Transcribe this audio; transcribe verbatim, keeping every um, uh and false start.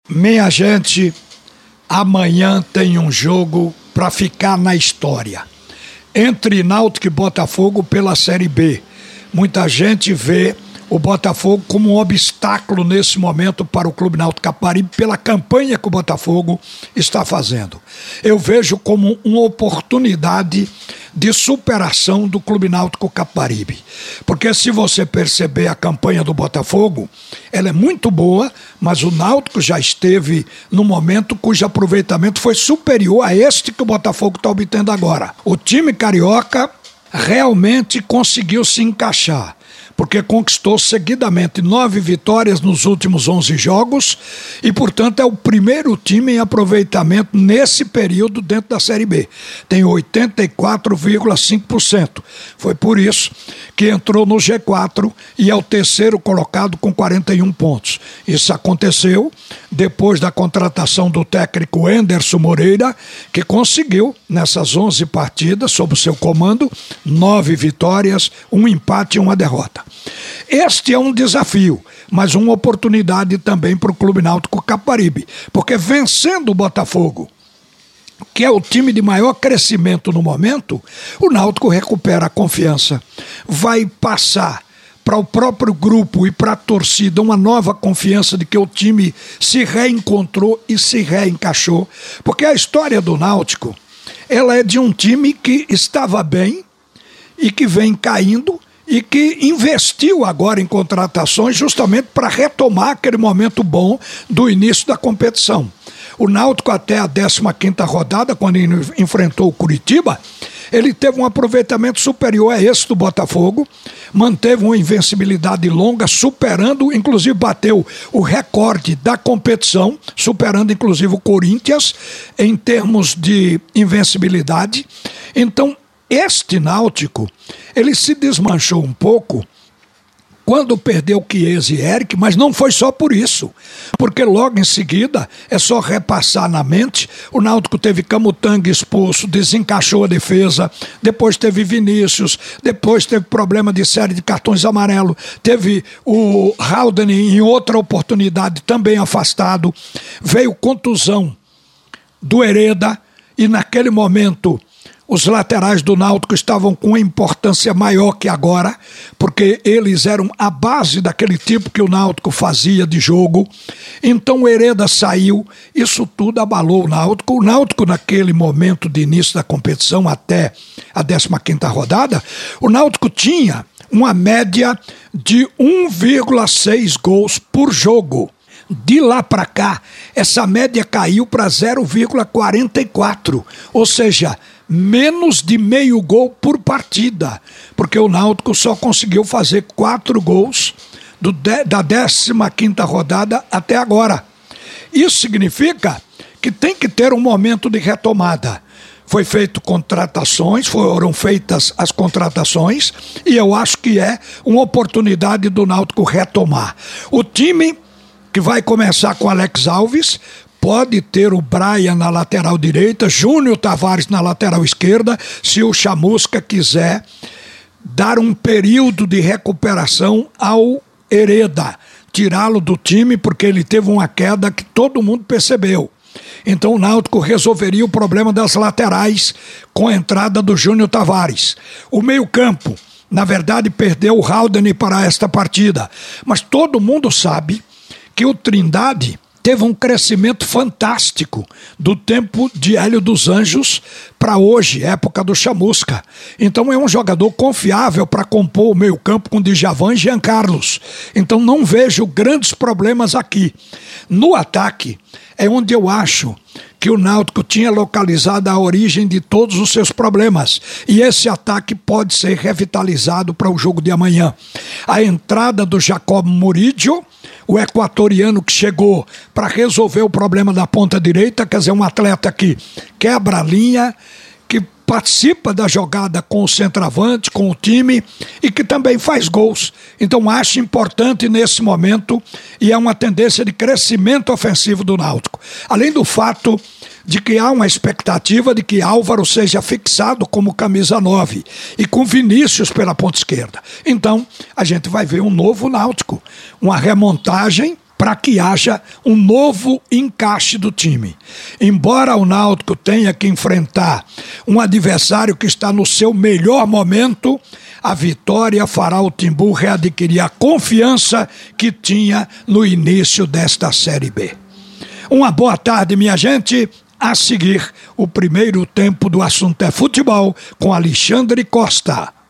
Minha gente, amanhã tem um jogo para ficar na história. Entre Náutico e Botafogo pela Série B. Muita gente vê o Botafogo como um obstáculo nesse momento para o Clube Náutico Capibaribe pela campanha que o Botafogo está fazendo. Eu vejo como uma oportunidade de superação do Clube Náutico Capibaribe. Porque se você perceber a campanha do Botafogo, ela é muito boa, mas o Náutico já esteve no momento cujo aproveitamento foi superior a este que o Botafogo está obtendo agora. O time carioca realmente conseguiu se encaixar, porque conquistou seguidamente nove vitórias nos últimos onze jogos e, portanto, é o primeiro time em aproveitamento nesse período dentro da Série B. Tem oitenta e quatro vírgula cinco por cento. Foi por isso que entrou no G quatro e é o terceiro colocado com quarenta e um pontos. Isso aconteceu depois da contratação do técnico Enderson Moreira, que conseguiu, nessas onze partidas, sob o seu comando, nove vitórias, um empate e uma derrota. Este é um desafio, mas uma oportunidade também para o Clube Náutico Capibaribe, porque vencendo o Botafogo, que é o time de maior crescimento no momento, o Náutico recupera a confiança, vai passar para o próprio grupo e para a torcida uma nova confiança de que o time se reencontrou e se reencaixou, porque a história do Náutico, ela é de um time que estava bem e que vem caindo e que investiu agora em contratações justamente para retomar aquele momento bom do início da competição. O Náutico até a décima quinta rodada, quando ele enfrentou o Curitiba, ele teve um aproveitamento superior a esse do Botafogo, manteve uma invencibilidade longa, superando, inclusive bateu o recorde da competição, superando inclusive o Corinthians em termos de invencibilidade. Então, este Náutico, ele se desmanchou um pouco quando perdeu Chiesa e Eric, mas não foi só por isso, porque logo em seguida, é só repassar na mente, o Náutico teve Camutanga expulso, desencaixou a defesa, depois teve Vinícius, depois teve problema de série de cartões amarelos, teve o Haldane em outra oportunidade também afastado, veio contusão do Hereda e naquele momento os laterais do Náutico estavam com uma importância maior que agora, porque eles eram a base daquele tipo que o Náutico fazia de jogo. Então o Hereda saiu, isso tudo abalou o Náutico. O Náutico, naquele momento de início da competição, até a décima quinta rodada, o Náutico tinha uma média de um vírgula seis gols por jogo. De lá para cá, essa média caiu para zero vírgula quarenta e quatro, ou seja, menos de meio gol por partida, porque o Náutico só conseguiu fazer quatro gols do de, da décima quinta rodada até agora. Isso significa que tem que ter um momento de retomada. Foi feito contratações, foram feitas as contratações, e eu acho que é uma oportunidade do Náutico retomar. O time que vai começar com Alex Alves, pode ter o Brian na lateral direita, Júnior Tavares na lateral esquerda, se o Chamusca quiser dar um período de recuperação ao Hereda, tirá-lo do time, porque ele teve uma queda que todo mundo percebeu. Então o Náutico resolveria o problema das laterais com a entrada do Júnior Tavares. O meio-campo, na verdade, perdeu o Haldane para esta partida, mas todo mundo sabe que o Trindade teve um crescimento fantástico do tempo de Hélio dos Anjos para hoje, época do Chamusca. Então é um jogador confiável para compor o meio-campo com Djavan e Jean Carlos. Então não vejo grandes problemas aqui. No ataque é onde eu acho que o Náutico tinha localizado a origem de todos os seus problemas. E esse ataque pode ser revitalizado para o jogo de amanhã. A entrada do Jacob Murídio, o equatoriano que chegou para resolver o problema da ponta direita, quer dizer, um atleta que quebra a linha, que participa da jogada com o centroavante, com o time e que também faz gols. Então acho importante nesse momento e é uma tendência de crescimento ofensivo do Náutico. Além do fato de que há uma expectativa de que Álvaro seja fixado como camisa nove e com Vinícius pela ponta esquerda. Então a gente vai ver um novo Náutico, uma remontagem para que haja um novo encaixe do time. Embora o Náutico tenha que enfrentar um adversário que está no seu melhor momento, a vitória fará o Timbu readquirir a confiança que tinha no início desta Série B. Uma boa tarde, minha gente. A seguir, o primeiro tempo do Assunto é Futebol com Alexandre Costa.